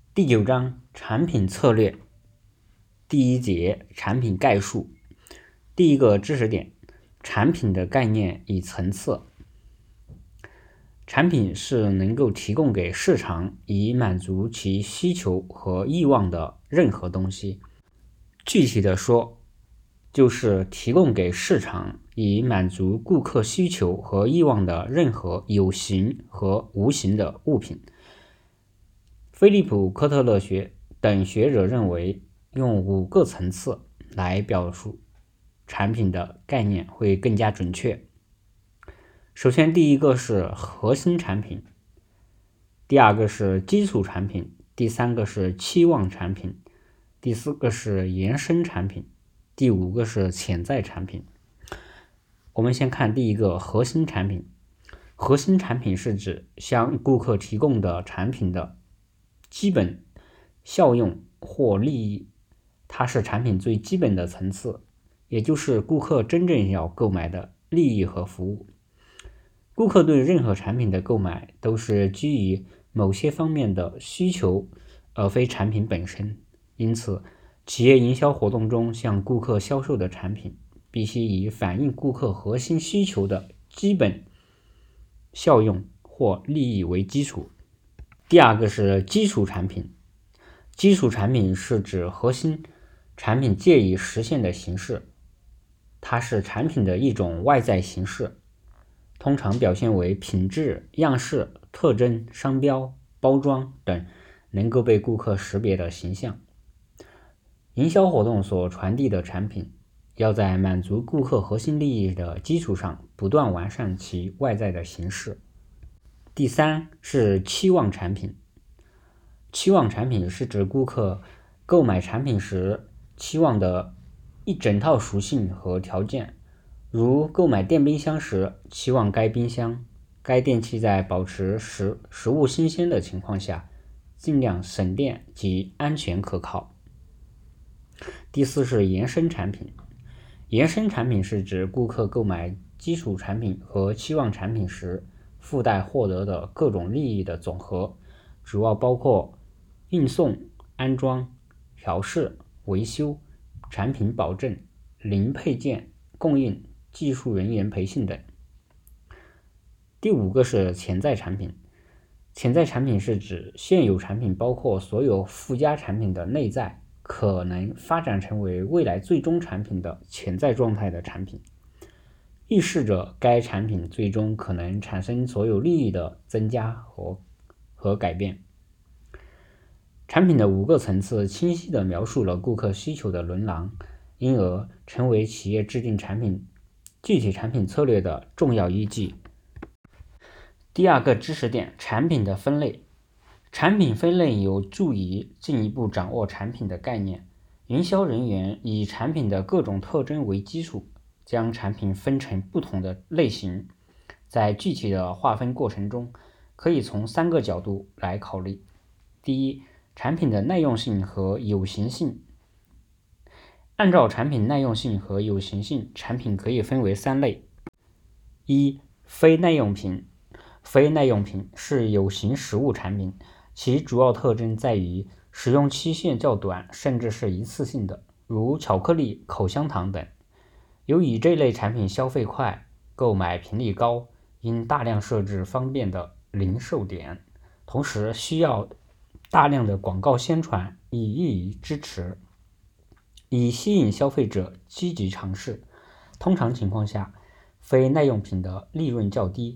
第9章产品策略。第1节产品概述。第一个知识点，产品的概念与层次。产品是能够提供给市场以满足其需求和欲望的任何东西。具体的说，就是提供给市场以满足顾客需求和欲望的任何有形和无形的物品。菲利普·科特勒等学者认为，用5个层次来表述产品的概念会更加准确。首先，第一个是核心产品，第2个是基础产品，第3个是期望产品，第4个是延伸产品，第5个是潜在产品。我们先看第一个核心产品。核心产品是指向顾客提供的产品的基本效用或利益，它是产品最基本的层次，也就是顾客真正要购买的利益和服务。顾客对任何产品的购买都是基于某些方面的需求，而非产品本身。因此，企业营销活动中向顾客销售的产品必须以反映顾客核心需求的基本效用或利益为基础。第2个是基础产品。基础产品是指核心产品借以实现的形式，它是产品的一种外在形式，通常表现为品质、样式、特征、商标、包装等能够被顾客识别的形象。营销活动所传递的产品要在满足顾客核心利益的基础上不断完善其外在的形式。第3是期望产品。期望产品是指顾客购买产品时期望的一整套属性和条件，如购买电冰箱时期望该电器在保持食物新鲜的情况下尽量省电及安全可靠。第4是延伸产品。延伸产品是指顾客购买基础产品和期望产品时附带获得的各种利益的总和，主要包括运送、安装、调试、维修、产品保证、零配件供应、技术人员培训等。第5个是潜在产品。潜在产品是指现有产品包括所有附加产品的内在可能发展成为未来最终产品的潜在状态的产品，预示着该产品最终可能产生所有利益的增加和改变。产品的5个层次清晰地描述了顾客需求的轮廊，因而成为企业制定具体产品策略的重要依据。第2个知识点，产品的分类。产品分类有助于进一步掌握产品的概念。营销人员以产品的各种特征为基础，将产品分成不同的类型。在具体的划分过程中，可以从3个角度来考虑。第一，产品的耐用性和有形性。按照产品耐用性和有形性，产品可以分为3类。1. 非耐用品。非耐用品是有形实物产品，其主要特征在于使用期限较短，甚至是一次性的，如巧克力、口香糖等。由于这类产品消费快，购买频率高，应大量设置方便的零售点，同时需要大量的广告宣传以予以支持，以吸引消费者积极尝试。通常情况下，非耐用品的利润较低。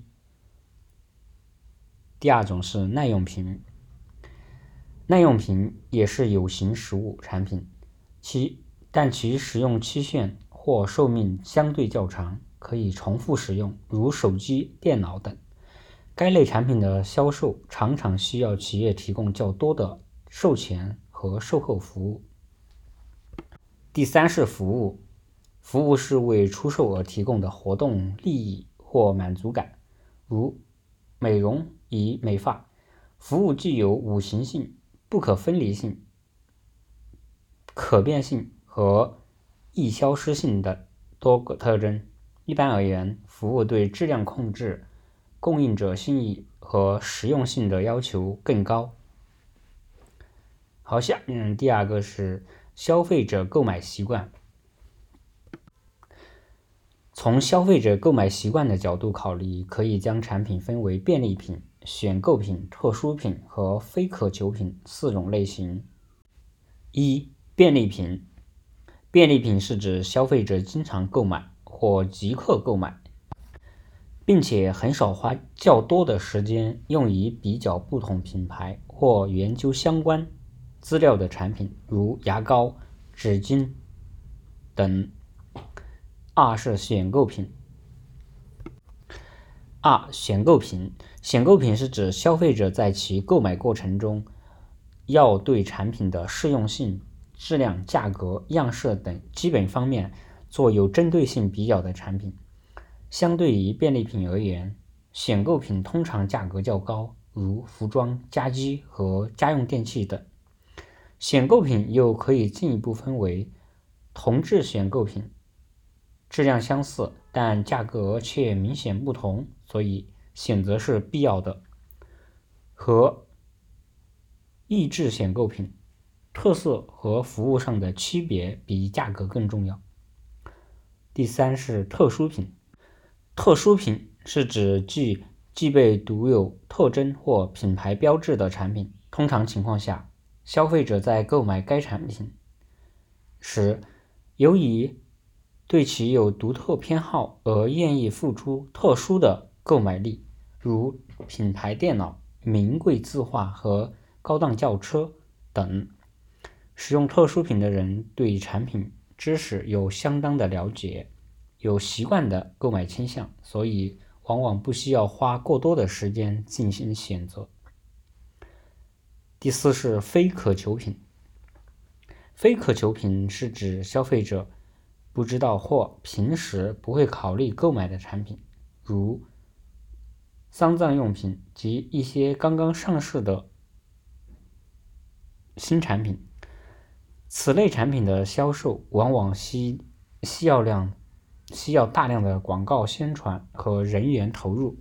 第2种是耐用品。耐用品也是有形实物产品，但其使用期限或寿命相对较长，可以重复使用，如手机、电脑等。该类产品的销售常常需要企业提供较多的售前和售后服务。第3是服务。服务是为出售而提供的活动利益或满足感，如美容与美发。服务具有五行性、不可分离性、可变性和易消失性的多个特征。一般而言，服务对质量控制、供应者信誉和实用性的要求更高。 好，下面第二个是消费者购买习惯。从消费者购买习惯的角度考虑，可以将产品分为便利品、选购品、特殊品和非渴求品4种类型。一、便利品。便利品是指消费者经常购买或即刻购买，并且很少花较多的时间用于比较不同品牌或研究相关资料的产品，如牙膏、纸巾等。二是选购品。选购品。选购品是指消费者在其购买过程中要对产品的适用性、质量、价格、样式等基本方面做有针对性比较的产品。相对于便利品而言，选购品通常价格较高，如服装、家居和家用电器等。选购品又可以进一步分为同质选购品，质量相似，但价格却明显不同，所以选择是必要的，和异质选购品，特色和服务上的区别比价格更重要。第三是特殊品。特殊品是指具备独有特征或品牌标志的产品，通常情况下，消费者在购买该产品时，由于对其有独特偏好而愿意付出特殊的购买力，如品牌电脑、名贵字画和高档轿车等。使用特殊品的人对产品知识有相当的了解，有习惯的购买倾向，所以往往不需要花过多的时间进行选择。第四是非渴求品。非渴求品是指消费者不知道或平时不会考虑购买的产品，如丧葬用品及一些刚刚上市的新产品。此类产品的销售往往需要大量的广告宣传和人员投入。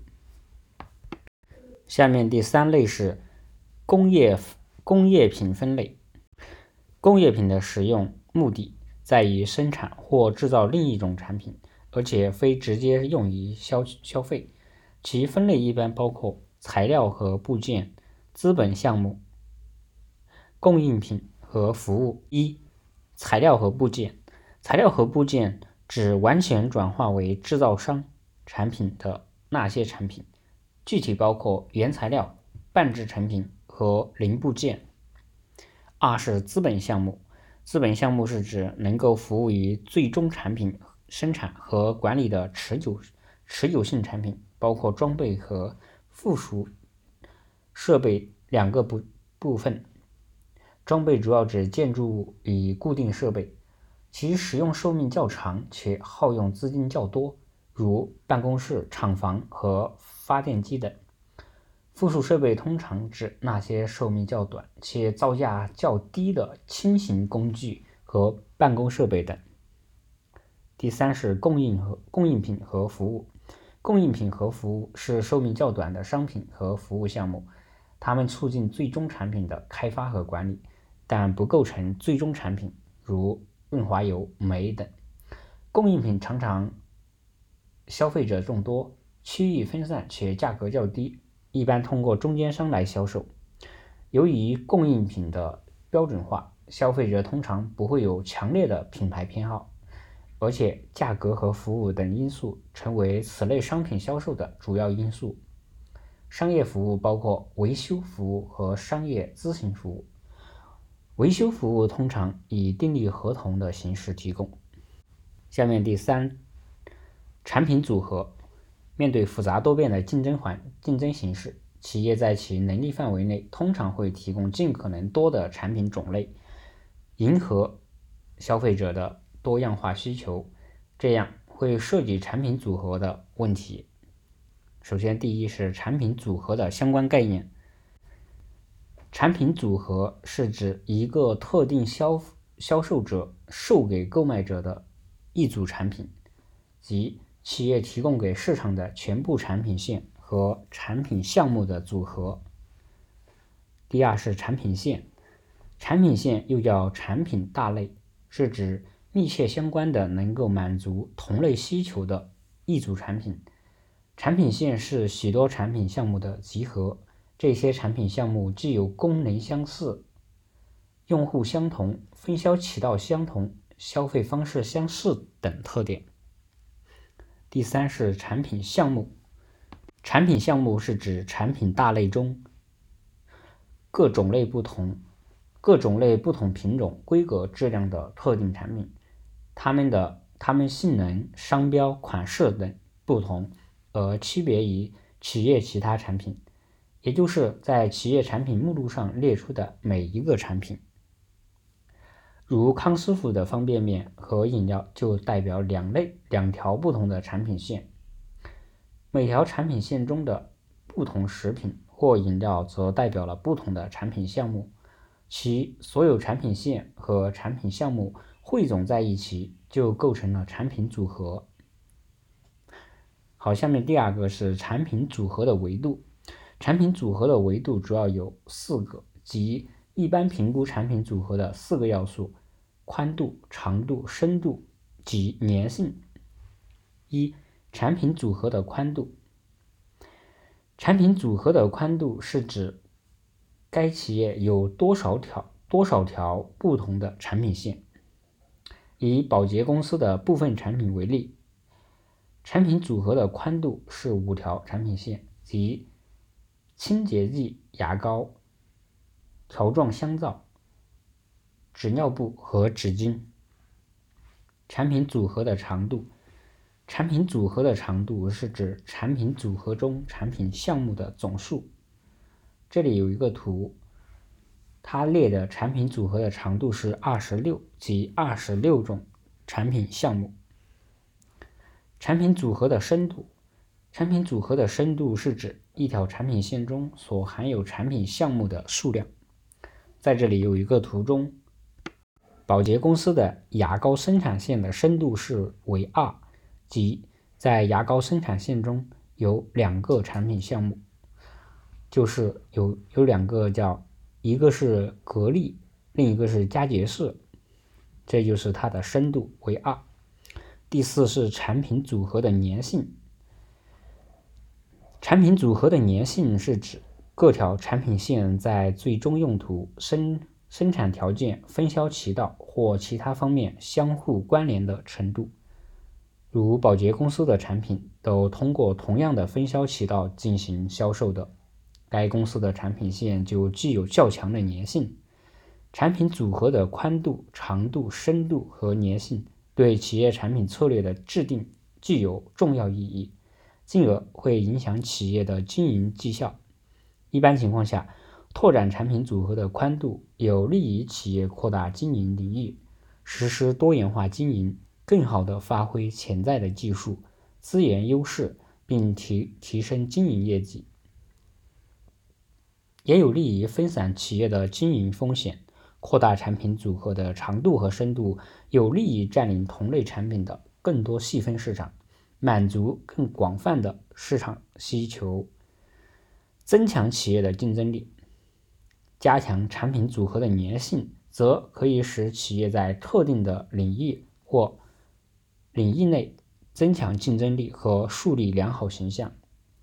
下面第三类是工业品分类。工业品的使用目的在于生产或制造另一种产品，而且非直接用于消费。其分类一般包括材料和部件、资本项目、供应品和服务。一、材料和部件。材料和部件指完全转化为制造商产品的那些产品，具体包括原材料、半制成品和零部件。二是资本项目。资本项目是指能够服务于最终产品生产和管理的持久性产品，包括装备和附属设备两个部分。装备主要指建筑物与固定设备，其使用寿命较长且耗用资金较多，如办公室、厂房和发电机等。附属设备通常指那些寿命较短且造价较低的轻型工具和办公设备等。第三是供应品和服务。供应品和服务是寿命较短的商品和服务项目，它们促进最终产品的开发和管理，但不构成最终产品，如润滑油、煤等。供应品常常消费者众多，区域分散且价格较低，一般通过中间商来销售。由于供应品的标准化，消费者通常不会有强烈的品牌偏好，而且价格和服务等因素成为此类商品销售的主要因素。商业服务包括维修服务和商业咨询服务。维修服务通常以订立合同的形式提供。下面第三，产品组合。面对复杂多变的竞争形势，企业在其能力范围内通常会提供尽可能多的产品种类，迎合消费者的多样化需求，这样会涉及产品组合的问题。首先，第一是产品组合的相关概念。产品组合是指一个特定销售者售给购买者的一组产品，即企业提供给市场的全部产品线和产品项目的组合。第二是产品线。 产品线又叫产品大类，是指密切相关的能够满足同类需求的一组产品。产品线是许多产品项目的集合，这些产品项目具有功能相似、用户相同、分销渠道相同、消费方式相似等特点。第三是产品项目。产品项目是指产品大类中各种类不同品种、规格、质量的特定产品，它们性能、商标、款式等不同，而区别于企业其他产品，也就是在企业产品目录上列出的每一个产品。如康师傅的方便面和饮料就代表两条不同的产品线，每条产品线中的不同食品或饮料则代表了不同的产品项目，其所有产品线和产品项目汇总在一起，就构成了产品组合。好，下面第二个是产品组合的维度。产品组合的维度主要有4个，即一般评估产品组合的4个要素：宽度、长度、深度及粘性。一、产品组合的宽度。产品组合的宽度是指该企业有多少条不同的产品线。以宝洁公司的部分产品为例，产品组合的宽度是5条产品线，即清洁剂、牙膏、条状香皂、纸尿布和纸巾。产品组合的长度。产品组合的长度是指产品组合中产品项目的总数。这里有一个图，它列的产品组合的长度是26，即26种产品项目。产品组合的深度。产品组合的深度是指一条产品线中所含有产品项目的数量。在这里有一个图中，宝洁公司的牙膏生产线的深度是为2，即在牙膏生产线中有2个产品项目，就是有2个一个是格力，另一个是佳洁士，这就是它的深度为2。第4是产品组合的粘性。产品组合的粘性是指各条产品线在最终用途、生产条件、分销渠道或其他方面相互关联的程度。如宝洁公司的产品都通过同样的分销渠道进行销售的，该公司的产品线就具有较强的粘性。产品组合的宽度、长度、深度和粘性对企业产品策略的制定具有重要意义，进而会影响企业的经营绩效。一般情况下，拓展产品组合的宽度有利于企业扩大经营领域，实施多元化经营，更好地发挥潜在的技术、资源优势，并提升经营业绩，也有利于分散企业的经营风险。扩大产品组合的长度和深度，有利于占领同类产品的更多细分市场，满足更广泛的市场需求，增强企业的竞争力。加强产品组合的粘性，则可以使企业在特定的领域或领域内增强竞争力和树立良好形象。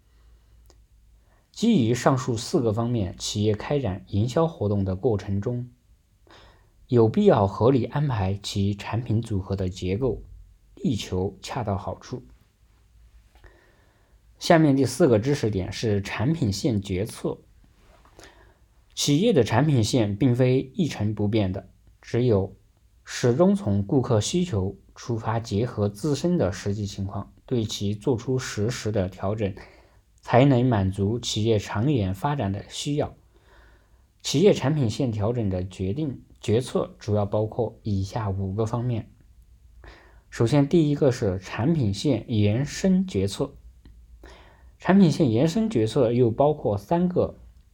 基于上述4个方面，企业开展营销活动的过程中，有必要合理安排其产品组合的结构，力求恰到好处。下面第4个知识点是产品线决策。企业的产品线并非一成不变的，只有始终从顾客需求出发，结合自身的实际情况，对其做出实时的调整，才能满足企业长远发展的需要。企业产品线调整的决策主要包括以下5个方面。首先，第一个是产品线延伸决策。产品线延伸决策又包括3个。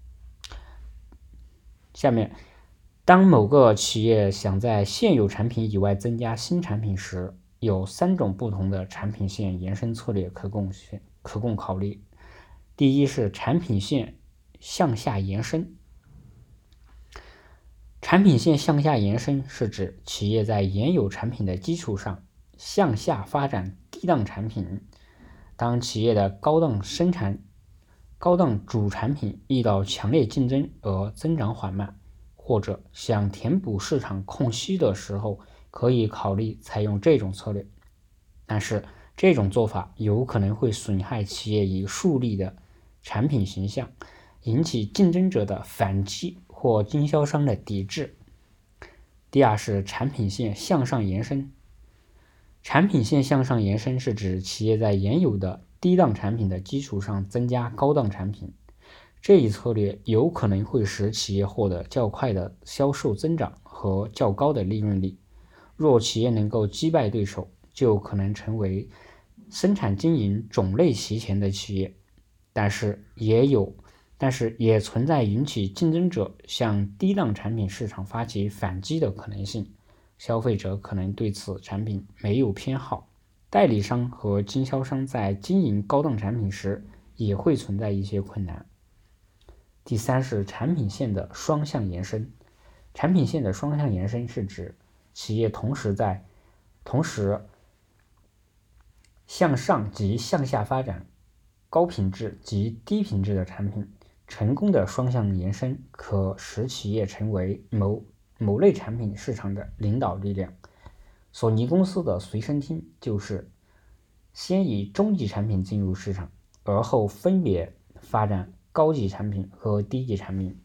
下面，当某个企业想在现有产品以外增加新产品时，有3种不同的产品线延伸策略可供考虑。第一是产品线向下延伸。 产品线向下延伸是指企业在原有产品的基础上向下发展低档产品。当企业的高档主产品遇到强烈竞争而增长缓慢，或者想填补市场空隙的时候，可以考虑采用这种策略。但是这种做法有可能会损害企业已树立的产品形象，引起竞争者的反击或经销商的抵制。第二是产品线向上延伸。产品线向上延伸是指企业在原有的低档产品的基础上增加高档产品。这一策略有可能会使企业获得较快的销售增长和较高的利润率。若企业能够击败对手，就可能成为生产经营种类齐全的企业，但是也存在引起竞争者向低档产品市场发起反击的可能性。消费者可能对此产品没有偏好，代理商和经销商在经营高档产品时也会存在一些困难。第三是产品线的双向延伸。产品线的双向延伸是指企业同时向上及向下发展高品质及低品质的产品。成功的双向延伸可使企业成为某类产品市场的领导力量。索尼公司的随身听就是先以中级产品进入市场，而后分别发展高级产品和低级产品。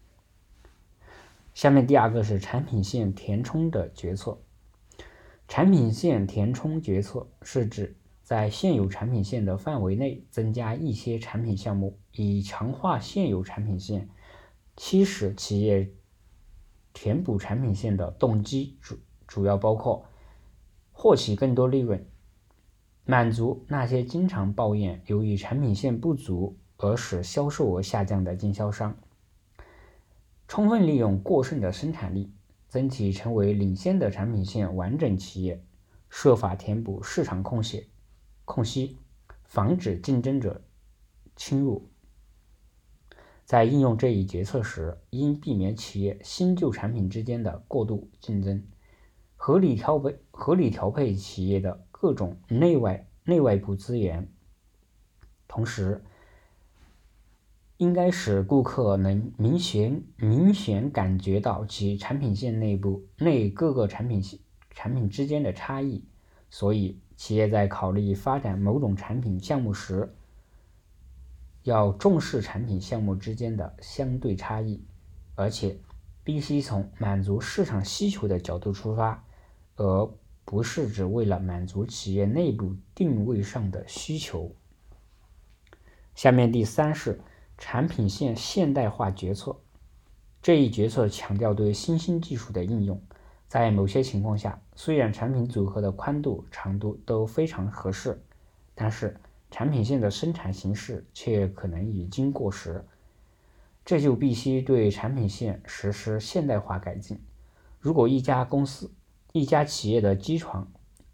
下面第二个是产品线填充的决策。产品线填充决策是指在现有产品线的范围内增加一些产品项目，以强化现有产品线。其实企业填补产品线的动机主要包括获取更多利润，满足那些经常抱怨由于产品线不足而使销售额下降的经销商，充分利用过剩的生产力，整体成为领先的产品线完整企业，设法填补市场空隙，防止竞争者侵入。在应用这一决策时，应避免企业新旧产品之间的过度竞争，合理调配企业的各种内外部资源，同时应该使顾客能明显感觉到其产品线内各个产品之间的差异。所以企业在考虑发展某种产品项目时，要重视产品项目之间的相对差异，而且必须从满足市场需求的角度出发，而不是只为了满足企业内部定位上的需求。下面第三是产品线现代化决策。这一决策强调对新兴技术的应用。在某些情况下，虽然产品组合的宽度、长度都非常合适，但是产品线的生产形式却可能已经过时，这就必须对产品线实施现代化改进。如果一家企业的机床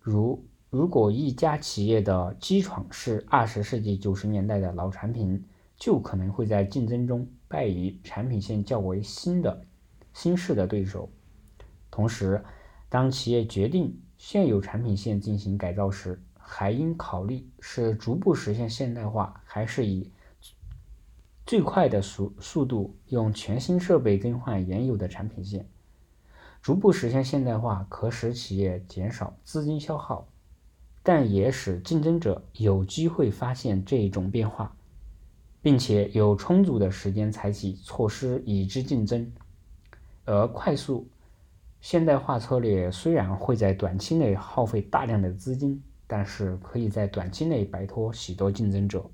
是20世纪90年代的老产品，就可能会在竞争中败于产品线较为新式的对手。同时，当企业决定现有产品线进行改造时，还应考虑是逐步实现现代化，还是以最快的速度用全新设备更换原有的产品线。逐步实现现代化可使企业减少资金消耗，但也使竞争者有机会发现这种变化，并且有充足的时间采取措施与之竞争。而快速现代化策略虽然会在短期内耗费大量的资金，但是可以在短期内摆脱许多竞争者。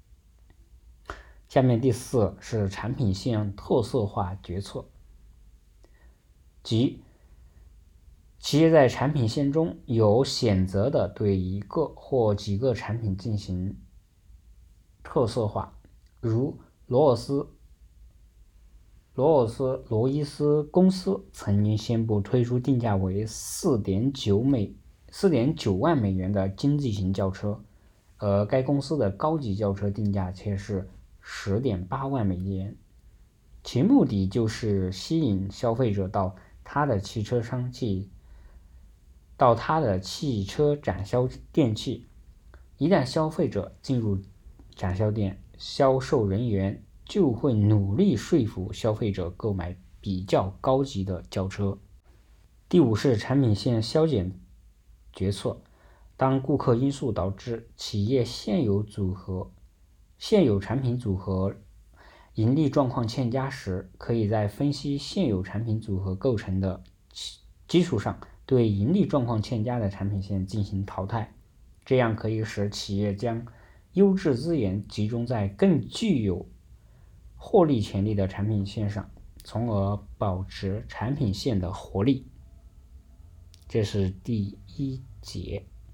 下面第四是产品线特色化决策，即企业在产品线中有选择的对一个或几个产品进行特色化，如罗伊斯公司曾经宣布推出定价为4.9万美元的经济型轿车，而该公司的高级轿车定价却是10.8万美元。 其目的就是吸引消费者到他的汽车展销店去。一旦消费者进入展销店，销售人员就会努力说服消费者购买比较高级的轿车。第五是产品线削减决策。当顾客因素导致企业现有产品组合盈利状况欠佳时，可以在分析现有产品组合构成的基础上，对盈利状况欠佳的产品线进行淘汰。这样可以使企业将优质资源集中在更具有获利潜力的产品线上，从而保持产品线的活力。这是第一节。